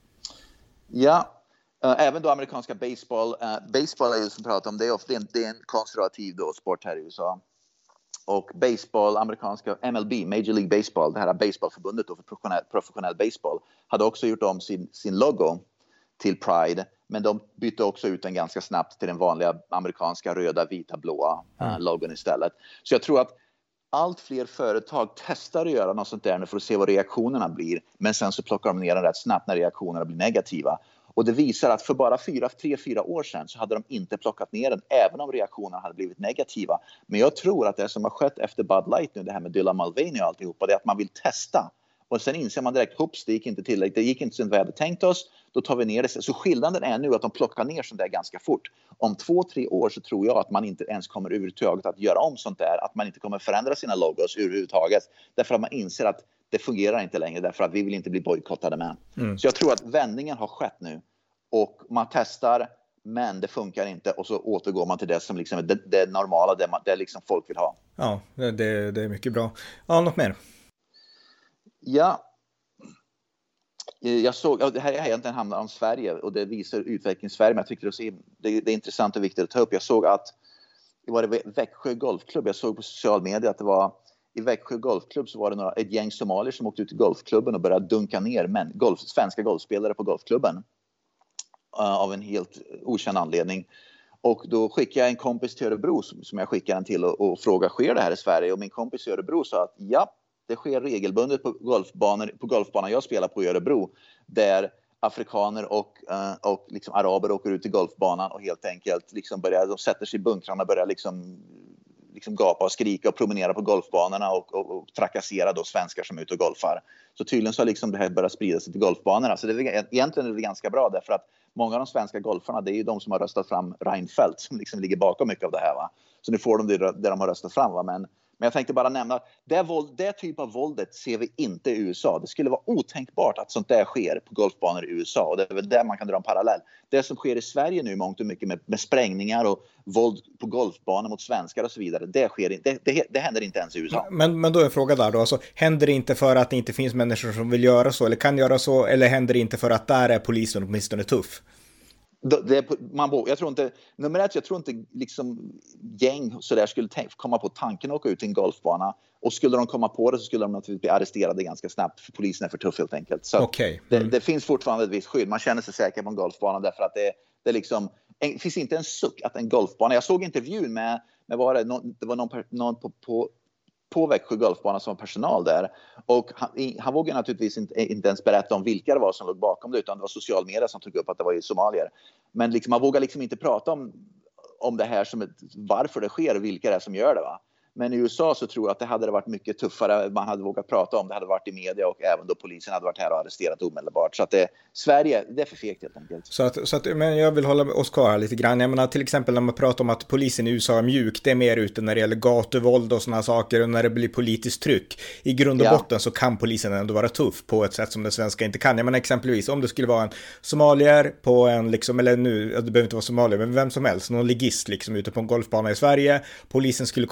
Ja, äh, även då amerikanska baseball. Äh, baseball är ju som pratar om det, och det är en, det är en konservativ då sport här i U S A. Och baseball, amerikanska M L B, Major League Baseball, det här baseballförbundet då för professionell, professionell baseball, hade också gjort om sin, sin logo till Pride. Men de bytte också ut den ganska snabbt till den vanliga amerikanska röda, vita, blåa mm. äh, logon istället. Så jag tror att allt fler företag testar att göra något sånt där för att se vad reaktionerna blir. Men sen så plockar de ner den rätt snabbt när reaktionerna blir negativa. Och det visar att för bara fyra, tre, fyra år sedan så hade de inte plockat ner den, även om reaktionerna hade blivit negativa. Men jag tror att det som har skett efter Bud Light nu, det här med Dylan Mulvaney och alltihopa, det är att man vill testa. Och sen inser man direkt, hopps, det gick inte tillräckligt, det gick inte som vi hade tänkt oss, då tar vi ner det. Så skillnaden är nu att de plockar ner sånt där ganska fort. Om två, tre år så tror jag att man inte ens kommer överhuvudtaget att göra om sånt där, att man inte kommer förändra sina logos överhuvudtaget, därför att man inser att det fungerar inte längre, därför att vi vill inte bli bojkottade med. Mm. Så jag tror att vändningen har skett nu, och man testar, men det funkar inte, och så återgår man till det som liksom är det, det normala, det, man, det liksom folk vill ha. Ja, det, det är mycket bra. Ja, något mer? Ja, jag såg, det här är egentligen handlar om Sverige och det visar utveckling i Sverige, men jag tycker det är, det är intressant och viktigt att ta upp. Jag såg att det var Växjö golfklubb, jag såg på social media att det var i Växjö golfklubb så var det några, ett gäng somalier som åkte ut till golfklubben och började dunka ner män, golf, svenska golfspelare på golfklubben uh, av en helt okänd anledning. Och då skickade jag en kompis till Örebro som, som jag skickade den till och, och frågade, sker det här i Sverige? Och min kompis i Örebro sa att ja, det sker regelbundet på golfbanor, på golfbanan jag spelar på i Örebro, där afrikaner och, uh, och liksom araber åker ut till golfbanan och helt enkelt liksom börjar, de sätter sig i bunkrarna och börjar liksom, liksom gapa och skrika och promenera på golfbanorna och, och, och trakassera då svenskar som är ute och golfar. Så tydligen så har liksom det här börjat sprida sig till golfbanorna. Så det är, egentligen är det ganska bra, därför att många av de svenska golfarna, det är ju de som har röstat fram Reinfeldt som liksom ligger bakom mycket av det här, va. Så nu får de det där de har röstat fram, va. Men Men jag tänkte bara nämna, det, våld, det typ av våldet ser vi inte i U S A. Det skulle vara otänkbart att sånt där sker på golfbanor i U S A. Och det är väl där man kan dra en parallell. Det som sker i Sverige nu mångt och mycket med, med sprängningar och våld på golfbanor mot svenskar och så vidare. Det, sker, det, det, det händer inte ens i U S A. Men, men då är frågan där då, alltså, händer det inte för att det inte finns människor som vill göra så eller kan göra så? Eller händer det inte för att där är polisen åtminstone tuff? Det, man, jag tror inte, nummer ett, jag tror inte liksom gäng så där skulle tänk, komma på tanken att åka ut till en golfbana, och skulle de komma på det så skulle de naturligtvis bli arresterade ganska snabbt, för polisen är för tuff helt enkelt. Så okay. mm. det, det finns fortfarande ett visst skydd, man känner sig säker på en golfbana därför att det, det liksom, en, finns inte en suck att en golfbana, jag såg intervjun med, med var det, någon, det var någon, någon på, på på Växjö golfbana som var personal där, och han, han vågade naturligtvis inte, inte ens berätta om vilka det var som låg bakom det, utan det var social media som tog upp att det var i somalier. Men liksom, man vågar liksom inte prata om, om det här som ett, varför det sker och vilka det är som gör det, va. Men i U S A så tror jag att det hade varit mycket tuffare, man hade vågat prata om det, hade varit i media, och även då polisen hade varit här och arresterat omedelbart. Så att det, Sverige, det är för fegt helt enkelt. Så att, så att, men jag vill hålla oss kvar här lite grann. Jag menar till exempel när man pratar om att polisen i U S A är mjuk, det är mer ute när det gäller gatuvåld och sådana saker, och när det blir politiskt tryck. I grund och ja. botten så kan polisen ändå vara tuff på ett sätt som den svenska inte kan. Jag menar exempelvis om det skulle vara en somalier på en, liksom, eller nu, det behöver inte vara somalier, men vem som helst, någon ligist liksom ute på en golfbana i Sverige, polisen skulle komma dit,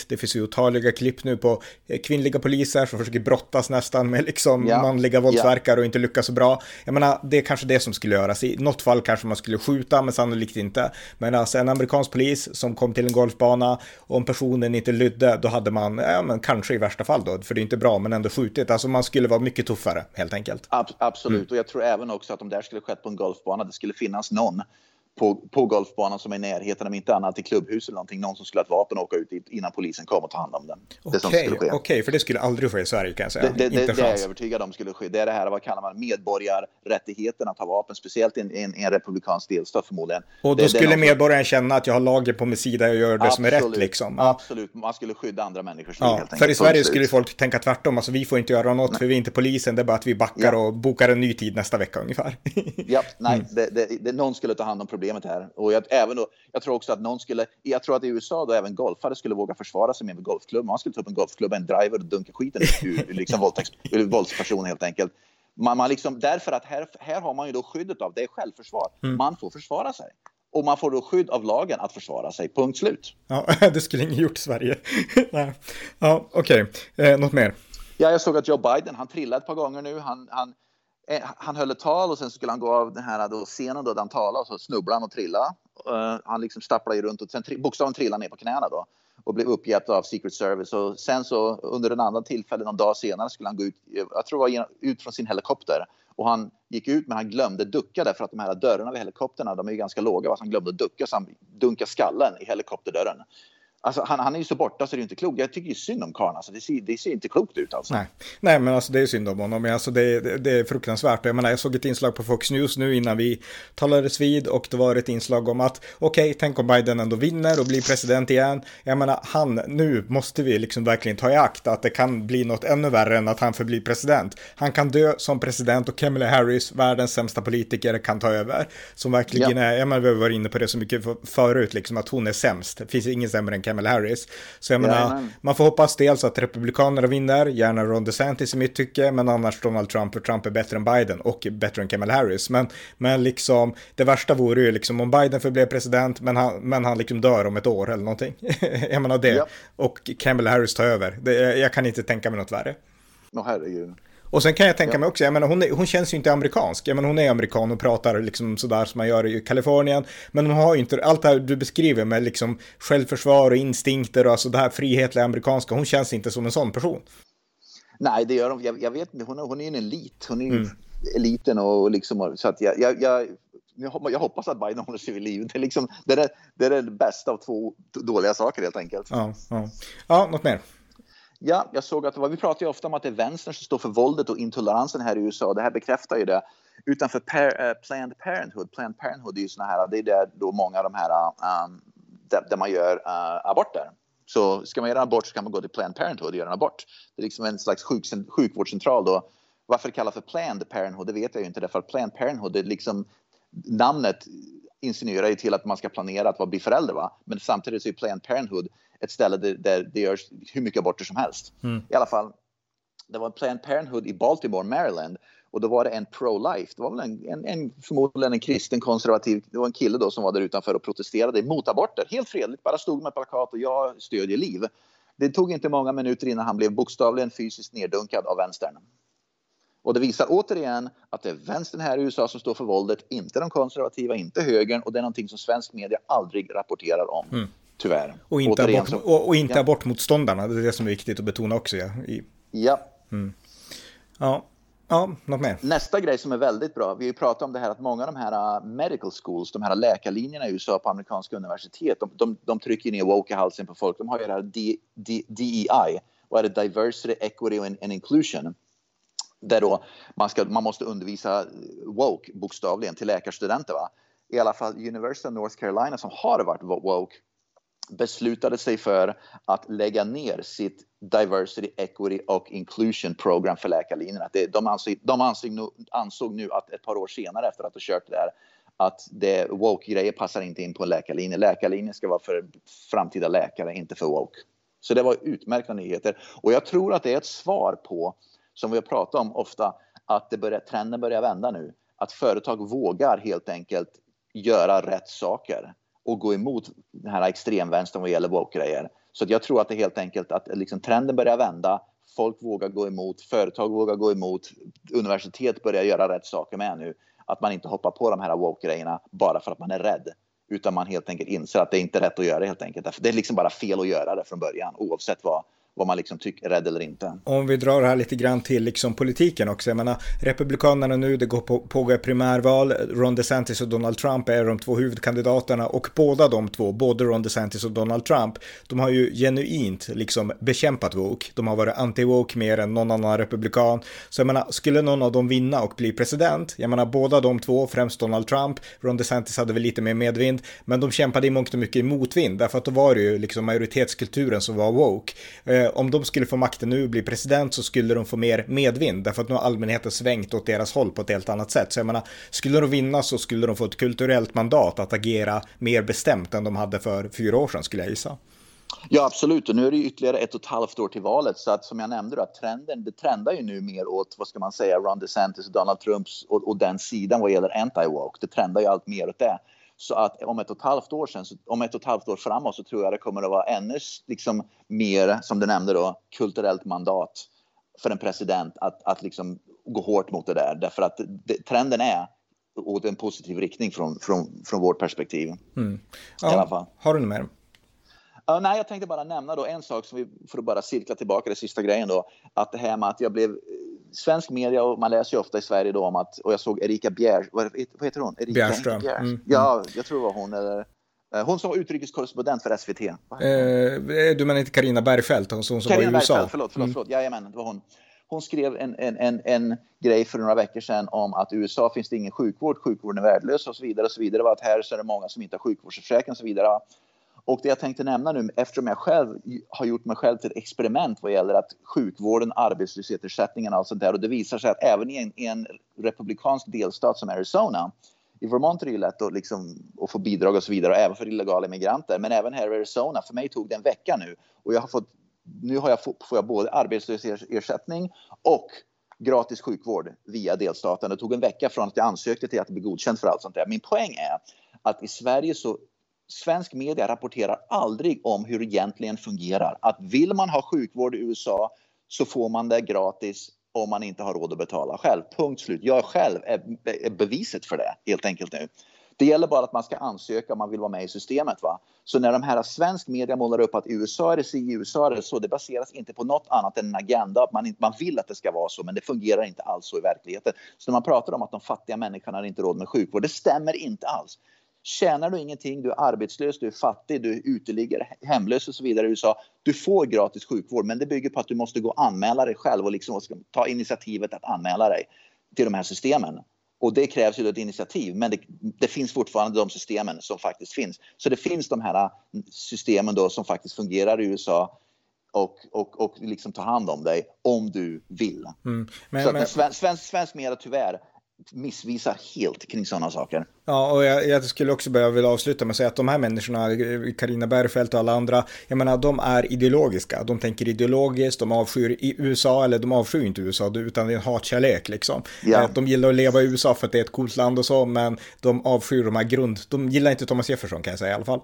skit. Det finns ju otaliga klipp nu på kvinnliga poliser som försöker brottas nästan med liksom ja. manliga våldsverkare ja. och inte lyckas så bra. Jag menar, det är kanske det som skulle göras. I något fall kanske man skulle skjuta, men sannolikt inte. Men alltså en amerikansk polis som kom till en golfbana och om personen inte lydde, då hade man, ja men kanske i värsta fall då, för det är inte bra, men ändå skjutit. Alltså man skulle vara mycket tuffare, helt enkelt. Ab- absolut, mm. och jag tror även också att om det här skulle skett på en golfbana, det skulle finnas någon På, på golfbanan som är i närheten, om inte annat i klubbhus eller någonting, någon som skulle ha ett vapen och åka ut innan polisen kom och ta hand om den. Okej, okay, okay, för det skulle aldrig ske i Sverige, kan jag säga. Det, det, det, det är jag övertygad om skulle ske. Det är det här, vad kallar man, medborgarrättigheten att ha vapen, speciellt i en, en, en republikansk delstat förmodligen. Och då det, skulle det medborgaren känna att jag har lagen på min sida och gör det absolut, som är rätt liksom. Ja. Absolut, man skulle skydda andra människors liv ja, helt enkelt. För i Sverige skulle folk tänka tvärtom, alltså vi får inte göra något, nej. för vi är inte polisen, det är bara att vi backar ja. och bokar en ny tid nästa vecka ungefär. Ja, nej, mm. det, det, det, någon skulle ta hand om problemet här. Och jag, även då, jag tror också att någon skulle, jag tror att i U S A då även golfare skulle våga försvara sig med en golfklubb. Man skulle ta upp en golfklubb, en driver och dunka skiten ur liksom våldtäks, våldsperson helt enkelt. Man, man liksom, därför att här, här har man ju då skyddet av det är självförsvar. Mm. Man får försvara sig. Och man får då skydd av lagen att försvara sig. Punkt slut. Ja, det skulle ingen gjort i Sverige. Nej. Ja, okej. Okay. Eh, något mer? Ja, jag såg att Joe Biden, han trillade ett par gånger nu. Han, han, eh, han höll ett tal och sen skulle han gå av den här då, scenen då han talade och så snubblade han och trillade. Uh, han liksom stapplade ju runt och sen tri- bokstavligen trillade ner på knäna då och blev uppgett av Secret Service. Och sen så under en annan tillfälle någon dag senare skulle han gå ut, jag tror det var ut från sin helikopter. Och han gick ut men han glömde ducka därför att de här dörrarna vid helikopterna, de är ju ganska låga. Så han glömde ducka så han dunkade skallen i helikopterdörren. Alltså han, han är ju så borta så det är ju inte klokt. Jag tycker ju synd om karln. Alltså, det, ser, det ser inte klokt ut alltså. Nej. Nej, men alltså det är synd om honom. Alltså, det, det, det är fruktansvärt. Jag menar, jag såg ett inslag på Fox News nu innan vi talades vid och det var ett inslag om att okej, okay, tänk om Biden ändå vinner och blir president igen. Jag menar, han, nu måste vi liksom verkligen ta i akt att det kan bli något ännu värre än att han förblir president. Han kan dö som president och Kamala Harris, världens sämsta politiker, kan ta över. Som verkligen ja. är, jag menar, vi var inne på det så mycket förut, liksom att hon är sämst. Det finns ingen sämre än Kamala Harris. Så jag menar, ja, man får hoppas dels att republikanerna vinner, gärna Ron DeSantis i mitt tycke, men annars Donald Trump, och Trump är bättre än Biden och bättre än Kamala Harris. Men, men liksom, det värsta vore ju liksom om Biden förblir president, men han, men han liksom dör om ett år eller någonting. Jag menar det. Ja. Och Kamala Harris tar över. Det, jag kan inte tänka mig något värre. Nå herregud. Och sen kan jag tänka ja. mig också, jag menar, hon, är, hon känns ju inte amerikansk. Jag menar, hon är amerikan och pratar liksom sådär som man gör i Kalifornien. Men hon har ju inte allt det här du beskriver med liksom självförsvar och instinkter och alltså det här frihetliga amerikanska. Hon känns inte som en sån person. Nej, det gör hon. Jag, jag vet inte, hon, hon är ju en elit. Hon är ju mm. eliten och liksom, så att jag, jag, jag, jag hoppas att Biden håller sig vid liv. Det är liksom, det är det, är det bästa av två dåliga saker helt enkelt. Ja, ja. Ja, något mer? Ja, jag såg att vi pratar ju ofta om att det är vänstern som står för våldet och intoleransen här i U S A. Det här bekräftar ju det. Utanför par, uh, Planned Parenthood, Planned Parenthood är ju såna här, det är där då många av de här, um, där, där man gör uh, aborter. Så ska man göra en abort så kan man gå till Planned Parenthood och göra en abort. Det är liksom en slags sjuk, sjukvårdscentral då. Varför det kallas för Planned Parenthood, det vet jag ju inte. Därför att Planned Parenthood, det är liksom, namnet insinuerar ju till att man ska planera att bli förälder, va? Men samtidigt så är Planned Parenthood ett ställe där, där det görs hur mycket aborter som helst. Mm. I alla fall, det var en Planned Parenthood i Baltimore, Maryland. Och då var det en pro-life. Det var väl en, en, en, förmodligen en kristen konservativ. Det var en kille då som var där utanför och protesterade mot aborter. Helt fredligt, bara stod med plakat och jag stödjer liv. Det tog inte många minuter innan han blev bokstavligen fysiskt neddunkad av vänstern. Och det visar återigen att det är vänstern här i U S A som står för våldet. Inte de konservativa, inte högern. Och det är någonting som svensk media aldrig rapporterar om. Mm. Tyvärr. Och inte, abort, så, och, och inte ja. abortmotståndarna. Det är det som är viktigt att betona också. Ja, I, ja. Mm. ja. Ja, något mer. Nästa grej som är väldigt bra. Vi har ju pratat om det här att många av de här medical schools, de här läkarlinjerna i U S A på amerikanska universitet, de, de, de trycker ner woke i halsen på folk. De har ju det här D, D, D E I. Och är det Diversity, Equity and, and Inclusion. Där då man, ska, man måste undervisa woke bokstavligen till läkarstudenter, va? I alla fall University of North Carolina som har varit woke beslutade sig för att lägga ner sitt Diversity, Equity och Inclusion program för läkarlinjerna. De ansåg, de ansåg, nu, ansåg nu att ett par år senare efter att ha kört det där att det woke-grejer passar inte in på en läkarlinje. Läkarlinjen ska vara för framtida läkare, inte för woke. Så det var utmärkta nyheter. Och jag tror att det är ett svar på, som vi har pratat om ofta, att det börjar, trenden börjar vända nu. Att företag vågar helt enkelt göra rätt saker och gå emot den här extremvänstern vad gäller woke-grejer. Så att jag tror att det är helt enkelt att liksom trenden börjar vända. Folk vågar gå emot, företag vågar gå emot, universitet börjar göra rätt saker med nu. Att man inte hoppar på de här woke-grejerna bara för att man är rädd. Utan man helt enkelt inser att det inte är rätt att göra det helt enkelt. Det är liksom bara fel att göra det från början, oavsett vad, vad man liksom tycker är rädd eller inte. Om vi drar det här lite grann till liksom politiken också. Jag menar, republikanerna nu, det går på, pågår primärval. Ron DeSantis och Donald Trump är de två huvudkandidaterna, och båda de två, både Ron DeSantis och Donald Trump, de har ju genuint liksom bekämpat woke. De har varit anti-woke mer än någon annan republikan. Så jag menar, skulle någon av dem vinna och bli president, jag menar båda de två, främst Donald Trump, Ron DeSantis hade väl lite mer medvind, men de kämpade i mångt och mycket i motvind, därför att då var det ju liksom majoritetskulturen som var woke. Om de skulle få makten nu och bli president, så skulle de få mer medvind, därför att nu har allmänheten svängt åt deras håll på ett helt annat sätt. Så jag menar, skulle de vinna så skulle de få ett kulturellt mandat att agera mer bestämt än de hade för fyra år sedan, skulle jag gissa. Ja, absolut. Och nu är det ytterligare ett och ett halvt år till valet. Så att som jag nämnde då, att trenden, det trendar ju nu mer åt, vad ska man säga, Ron DeSantis och Donald Trumps och, och den sidan vad gäller anti-woke. Det trendar ju allt mer åt det. Så att om ett och ett halvt år sedan, om ett och ett halvt år framåt, så tror jag det kommer att vara ännu liksom mer, som du nämnde då, kulturellt mandat för en president att, att liksom gå hårt mot det där. Därför att det, trenden är åt en positiv riktning från, från, från vårt perspektiv. Mm. Ja, i alla fall. Har du något mer? Uh, nej, jag tänkte bara nämna då en sak som vi, för att bara cirkla tillbaka den sista grejen då, att det här med att jag blev svensk media, och man läser ju ofta i Sverige då om att, och jag såg Erika Bjär, vad, vad heter hon? Erika Bjärström. Bjär. Mm. Ja, jag tror det var hon, eller hon som var utrikeskorrespondent för S V T. Eh, du menar inte Carina Bergfeldt, hon som Carina var i U S A? Bergfeldt, förlåt, förlåt, förlåt. Jajamän, det var hon. Hon skrev en, en, en, en grej för några veckor sedan om att i U S A finns det ingen sjukvård, sjukvården är värdelös och så vidare och så vidare. Det var att här så är det många som inte har sjukvårdsförsäkring och så vidare. Och det jag tänkte nämna nu, eftersom jag själv har gjort mig själv till ett experiment vad gäller att sjukvården, arbetslöshetsersättningen och allt sånt där. Och det visar sig att även i en, i en republikansk delstat som Arizona, i Vermont är det ju lätt att, liksom, att få bidrag och så vidare, och även för illegala immigranter. Men även här i Arizona, för mig tog det en vecka nu. Och jag har fått, nu har jag, får jag både arbetslöshetsersättning och gratis sjukvård via delstaten. Det tog en vecka från att jag ansökte till att bli godkänd för allt sånt där. Min poäng är att i Sverige så svensk media rapporterar aldrig om hur det egentligen fungerar. Att vill man ha sjukvård i U S A så får man det gratis om man inte har råd att betala själv. Punkt slut. Jag själv är, är beviset för det helt enkelt nu. Det gäller bara att man ska ansöka om man vill vara med i systemet. Va? Så när de här svensk media målar upp att i U S A är det så, i U S A är det så, det baseras inte på något annat än en agenda. Man, man vill att det ska vara så, men det fungerar inte alls så i verkligheten. Så när man pratar om att de fattiga människorna har inte råd med sjukvård, det stämmer inte alls. Tjänar du ingenting, du är arbetslös, du är fattig, du är uteliggare, hemlös och så vidare i U S A, du får gratis sjukvård, men det bygger på att du måste gå och anmäla dig själv och liksom ta initiativet att anmäla dig till de här systemen. Och det krävs ju ett initiativ, men det, det finns fortfarande de systemen som faktiskt finns. Så det finns de här systemen då som faktiskt fungerar i U S A och, och, och liksom tar hand om dig om du vill. Mm. Men, så men... svensk, svensk, svensk media tyvärr missvisar helt kring sådana saker. Ja, och jag, jag skulle också börja vilja avsluta med att säga att de här människorna, Carina Bergfeldt och alla andra, jag menar, de är ideologiska. De tänker ideologiskt, de avskyr i U S A, eller de avskyr inte U S A, utan det är en hatkärlek liksom. Ja. De gillar att leva i U S A för att det är ett coolt land och så, men de avskyr de här grund... De gillar inte Thomas Jefferson, kan jag säga i alla fall.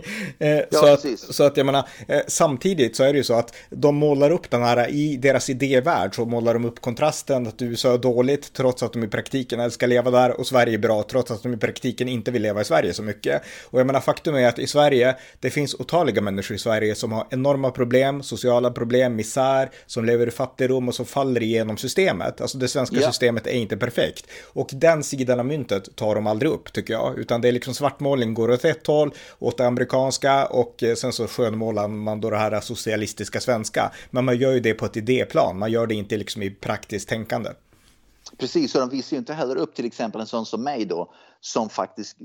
ja, så, att, så att jag menar, samtidigt så är det ju så att de målar upp den här, i deras idévärld så målar de upp kontrasten att U S A är dåligt, trots att de i praktiken älskar leva där, och Sverige är bra, trots att de i praktiken inte vill leva i Sverige så mycket. Och jag menar, faktum är att i Sverige, det finns otaliga människor i Sverige som har enorma problem, sociala problem, misär, som lever i fattigdom och som faller igenom systemet. Alltså det svenska yeah. systemet är inte perfekt. Och den sidan av myntet tar de aldrig upp, tycker jag. Utan det är liksom svartmålning går åt ett håll, åt det amerikanska, och sen så skönmålar man då det här socialistiska svenska. Men man gör ju det på ett idéplan. Man gör det inte liksom i praktiskt tänkande. Precis, och de visar ju inte heller upp till exempel en sån som mig då, som faktiskt,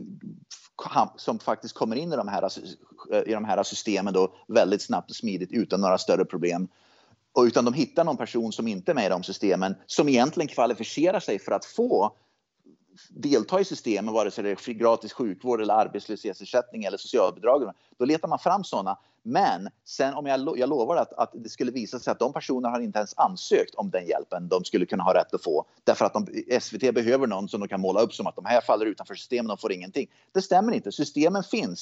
som faktiskt kommer in i de här, i de här systemen då väldigt snabbt och smidigt utan några större problem. Och utan de hittar någon person som inte är med i de systemen, som egentligen kvalificerar sig för att få delta i systemen, vare sig det är gratis sjukvård eller arbetslöshetsersättning eller socialbidrag. Då letar man fram sådana. Men sen om jag, jag lovar att, att det skulle visa sig att de personerna har inte ens ansökt om den hjälpen de skulle kunna ha rätt att få. Därför att de, S V T behöver någon som de kan måla upp som att de här faller utanför systemen och får ingenting. Det stämmer inte. Systemen finns.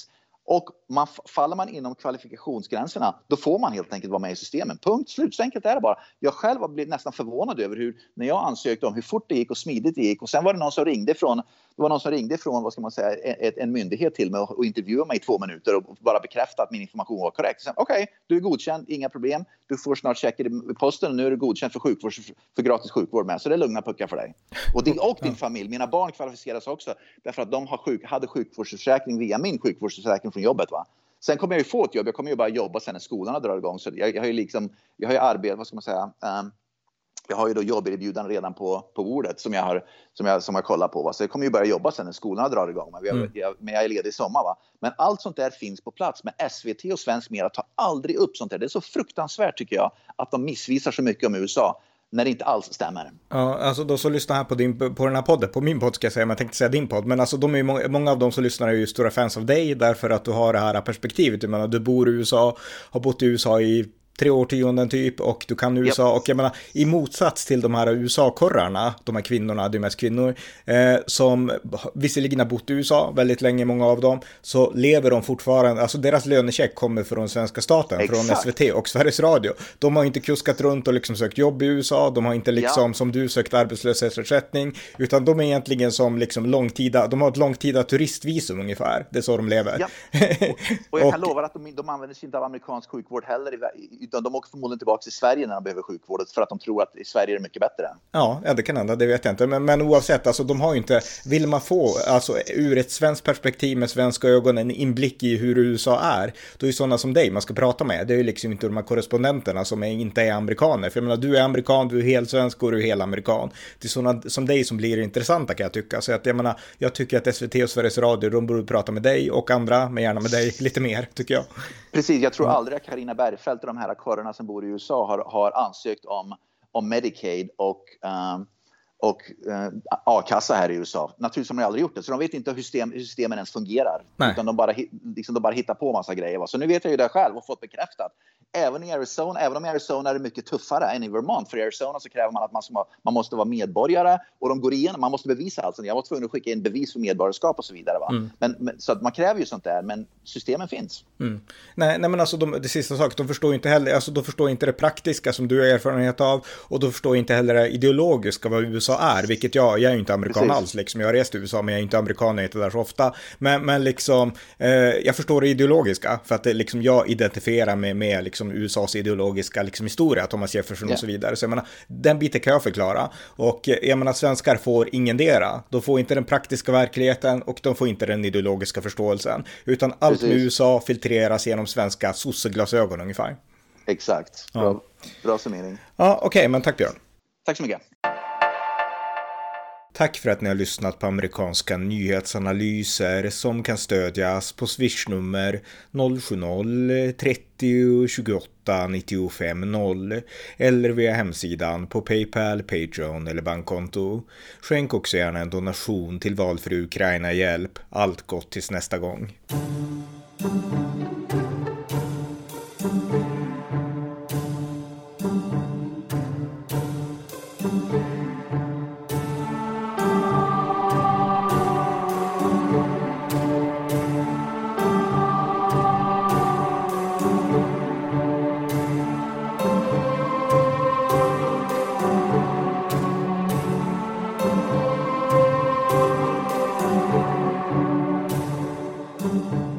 Och man, faller man inom kvalifikationsgränserna, då får man helt enkelt vara med i systemen. Punkt, slut, så enkelt är det bara. Jag själv har blivit nästan förvånad över hur, när jag ansökte om hur fort det gick och smidigt det gick. Och sen var det någon som ringde från, det var någon som ringde från vad ska man säga, en, en myndighet till mig och, och intervjuade mig i två minuter och bara bekräftade att min information var korrekt. Okej, okay, du är godkänd, inga problem. Du får snart checken i posten och nu är du godkänd för, sjukvård, för gratis sjukvård med. Så det är lugna puckar för dig. Och, din, och din familj, mina barn kvalificeras också därför att de har sjuk, hade sjukvårdsförsäkring via min sjukvårdsförsäkring från jobbet, va. Sen kommer jag ju få ett jobb. Jag kommer ju bara jobba sen när skolorna drar igång. Så jag, jag har ju liksom, jag har ju arbete, vad ska man säga, um, jag har ju då jobberbjudanden redan på, på bordet som jag har, som jag, som jag kollar på, va. Så jag kommer ju börja jobba sen när skolorna drar igång. Men, jag, mm. jag, men jag är ledig i sommar, va. Men allt sånt där finns på plats. Men S V T och Svensk Media tar aldrig upp sånt där. Det är så fruktansvärt tycker jag att de missvisar så mycket om U S A. När det inte alls stämmer. Ja, alltså de som lyssnar här på, din, på den här podden, på min podd ska jag säga, men jag tänkte säga din podd, men alltså de är ju många, många av dem som lyssnar är ju stora fans av dig därför att du har det här perspektivet. Jag menar, du bor i U S A, har bott i U S A i tre årtionden typ och du kan U S A yep. Och jag menar i motsats till de här U S A-korrarna, de här kvinnorna, det är mest kvinnor eh, som visserligen har bott i U S A väldigt länge, många av dem, så lever de fortfarande, alltså deras lönecheck kommer från svenska staten, Exakt. Från S V T och Sveriges Radio. De har inte kuskat runt och liksom sökt jobb i U S A, de har inte liksom ja. Som du sökt arbetslöshetsersättning, utan de är egentligen som liksom långtida, de har ett långtida turistvisum ungefär, det är så de lever. Ja. Och, och jag kan lova att de, de använder sig inte av amerikansk sjukvård heller i utan de åker förmodligen tillbaka till Sverige när de behöver sjukvård för att de tror att i Sverige är det mycket bättre. Ja, ja det kan hända, det vet jag inte. Men, men oavsett, alltså de har ju inte, vill man få alltså ur ett svenskt perspektiv med svenska ögon en inblick i hur U S A är, då är sådana som dig man ska prata med. Det är ju liksom inte de här korrespondenterna som är, inte är amerikaner. För jag menar, du är amerikan, du är helt svensk och du är helt amerikan. Det är sådana som dig som blir intressanta kan jag tycka. Så att jag menar, jag tycker att S V T och Sveriges Radio, de borde prata med dig och andra, men gärna med dig lite mer, tycker jag. Precis, jag tror aldrig att Carina Bergfeldt och de här korrarna som bor i U S A har, har ansökt om, om Medicaid och, um, och uh, a-kassa här i U S A. Naturligtvis har de aldrig gjort det, så de vet inte hur, system, hur systemen ens fungerar. Nej. Utan de bara, liksom, de bara hittar på massa grejer. Va? Så nu vet jag ju det själv och fått bekräftat. Även i Arizona, även om i Arizona är det mycket tuffare än i Vermont. För i Arizona så kräver man att man, ska, man måste vara medborgare och de går igenom, man måste bevisa allt. Jag var tvungen att skicka in bevis för medborgarskap och så vidare. Va? Mm. Men, men, så att man kräver ju sånt där, men systemen finns. Mm. Nej, nej, men alltså de, det sista sak, de förstår inte heller, alltså de förstår inte det praktiska som du har erfarenhet av och de förstår inte heller det ideologiska vad U S A är, vilket jag, jag är ju inte amerikan Precis. Alls liksom, jag har rest i U S A men jag är inte amerikan, jag är inte där så ofta, men, men liksom eh, jag förstår det ideologiska för att det, liksom, jag identifierar mig med liksom, U S A's ideologiska liksom, historia, Thomas Jefferson yeah. och så vidare, så jag menar, den biten kan jag förklara och jag menar, svenskar får ingendera, de får inte den praktiska verkligheten och de får inte den ideologiska förståelsen, utan allt Precis. Med U S A filtreras genom svenska sosseglasögon ungefär. Exakt, bra, ja. Bra summering. Ja, okej, okay, men tack Björn. Tack så mycket. Tack för att ni har lyssnat på amerikanska nyhetsanalyser som kan stödjas på swishnummer noll sju noll trettio tjugoåtta nittiofem noll eller via hemsidan på PayPal, Patreon eller bankkonto. Skänk också gärna en donation till valfri Ukraina-hjälp. Allt gott tills nästa gång. Thank you.